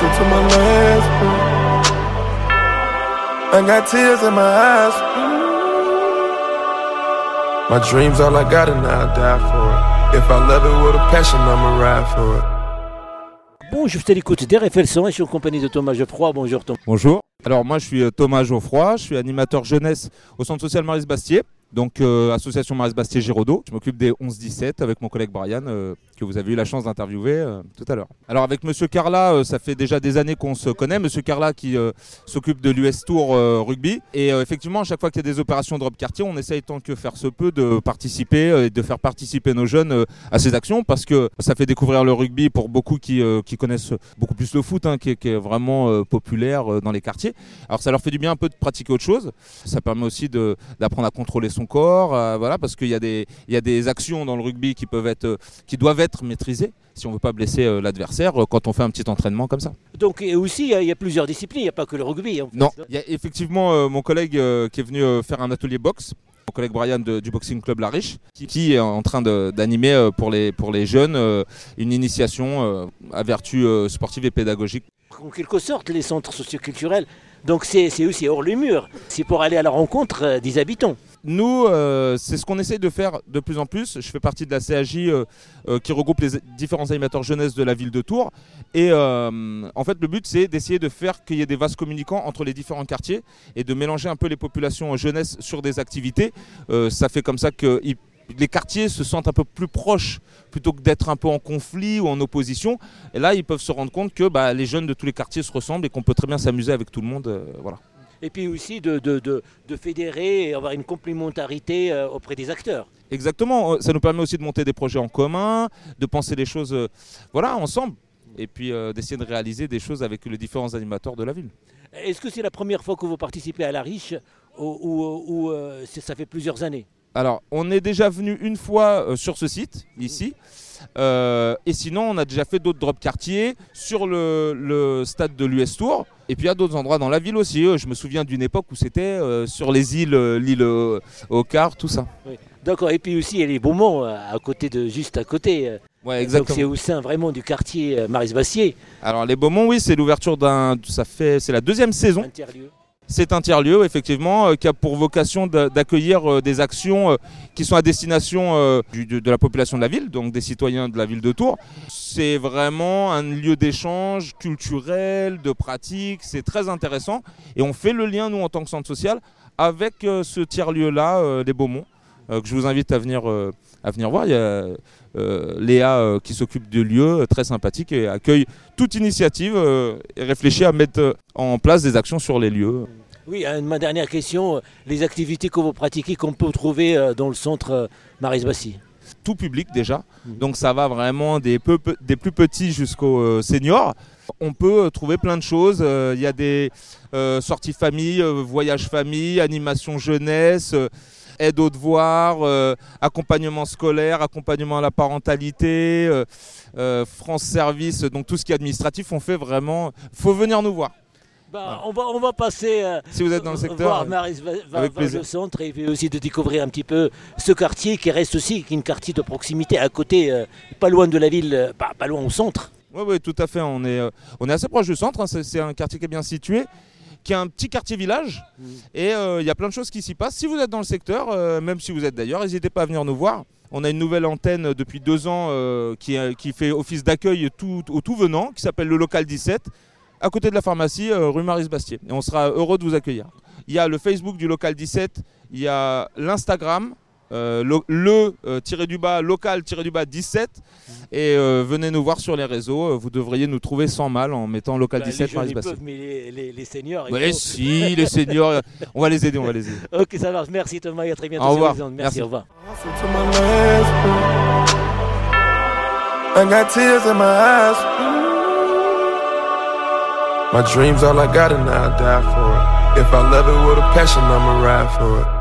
hustle to my last breath. I got tears in my eyes. My dreams all I got and I'll die for it. If I love it with a passion, I'ma ride for it. Bon, je suis à l'écoute d'RFL 100 et je suis en compagnie de Thomas Geoffroy. Bonjour Thomas. Bonjour. Alors moi je suis Thomas Geoffroy, je suis animateur jeunesse au centre social Maryse-Bastier, donc association Maryse-Bastier-Giraudot. Je m'occupe des 11-17 avec mon collègue Brian que vous avez eu la chance d'interviewer tout à l'heure. Alors avec Monsieur Carla, ça fait déjà des années qu'on se connaît. Monsieur Carla qui s'occupe de l'US Tour rugby et effectivement à chaque fois qu'il y a des opérations drop quartier, on essaye tant que faire se peut de participer et de faire participer nos jeunes à ces actions parce que ça fait découvrir le rugby pour beaucoup qui connaissent beaucoup plus le foot, qui est vraiment populaire dans les quartiers. Alors ça leur fait du bien un peu de pratiquer autre chose. Ça permet aussi d'apprendre à contrôler son corps, voilà, parce qu'il y a des actions dans le rugby qui doivent être maîtrisées si on ne veut pas blesser l'adversaire quand on fait un petit entraînement comme ça. Donc et aussi il y a plusieurs disciplines, il n'y a pas que le rugby. En fait. Non, il y a effectivement mon collègue qui est venu faire un atelier boxe. Mon collègue Brian du Boxing Club La Riche, qui est en train d'animer pour les jeunes une initiation à vertu sportive et pédagogique. En quelque sorte, les centres socioculturels, donc c'est aussi hors les murs, c'est pour aller à la rencontre des habitants. Nous, c'est ce qu'on essaye de faire de plus en plus. Je fais partie de la CAJ qui regroupe les différents animateurs jeunesse de la ville de Tours. Et en fait, le but, c'est d'essayer de faire qu'il y ait des vases communicants entre les différents quartiers et de mélanger un peu les populations jeunesse sur des activités. Ça fait comme ça que les quartiers se sentent un peu plus proches plutôt que d'être un peu en conflit ou en opposition. Et là, ils peuvent se rendre compte que les jeunes de tous les quartiers se ressemblent et qu'on peut très bien s'amuser avec tout le monde. Voilà. Et puis aussi de fédérer et avoir une complémentarité auprès des acteurs. Exactement, ça nous permet aussi de monter des projets en commun, de penser les choses ensemble et puis d'essayer de réaliser des choses avec les différents animateurs de la ville. Est-ce que c'est la première fois que vous participez à La Riche ou ça fait plusieurs années ? Alors, on est déjà venu une fois sur ce site, ici. Et sinon, on a déjà fait d'autres drop quartiers sur le stade de l'US Tour. Et puis, il y a d'autres endroits dans la ville aussi. Je me souviens d'une époque où c'était sur les îles, l'île au quart, tout ça. Oui. D'accord. Et puis aussi, il y a les Beaumont, juste à côté. Ouais, exactement. Donc, c'est au sein vraiment du quartier Maryse-Bastier. Alors, les Beaumont, oui, c'est l'ouverture c'est la deuxième saison. Interlieu. C'est un tiers-lieu, effectivement, qui a pour vocation d'accueillir des actions qui sont à destination de la population de la ville, donc des citoyens de la ville de Tours. C'est vraiment un lieu d'échange culturel, de pratique, c'est très intéressant. Et on fait le lien, nous, en tant que centre social, avec ce tiers-lieu-là, des Beaumont, que je vous invite à venir voir. Il y a Léa qui s'occupe du lieu, très sympathique, et accueille toute initiative et réfléchit à mettre en place des actions sur les lieux. Oui, ma dernière question, les activités que vous pratiquez, qu'on peut trouver dans le centre Maryse-Bastier. Tout public déjà, donc ça va vraiment des plus petits jusqu'aux seniors. On peut trouver plein de choses, il y a des sorties famille, voyages famille, animation jeunesse, aide aux devoirs, accompagnement scolaire, accompagnement à la parentalité, France Service, donc tout ce qui est administratif, on fait vraiment. Il faut venir nous voir. Voilà. On va passer si vous êtes dans le secteur, voir Maryse vers le centre et puis aussi de découvrir un petit peu ce quartier qui reste aussi un quartier de proximité à côté, pas loin de la ville, pas loin au centre. Oui, tout à fait. On est assez proche du centre, c'est un quartier qui est bien situé, qui est un petit quartier village et il y a plein de choses qui s'y passent. Si vous êtes dans le secteur, même si vous êtes d'ailleurs, n'hésitez pas à venir nous voir. On a une nouvelle antenne depuis 2 ans qui fait office d'accueil au tout venant, qui s'appelle le Local 17, à côté de la pharmacie rue Maryse-Bastier. Et on sera heureux de vous accueillir. Il y a le Facebook du Local 17, il y a l'Instagram, local-17 et venez nous voir sur les réseaux. Vous devriez nous trouver sans mal en mettant Local 17 Maryse-Bastier. Mais les seniors... Mais si, les seniors, on va les aider. Ok, ça marche. Merci Thomas, à très bientôt. Au revoir. Merci, au revoir. My dreams all I got and I'll die for it. If I love it with a passion, I'ma ride for it.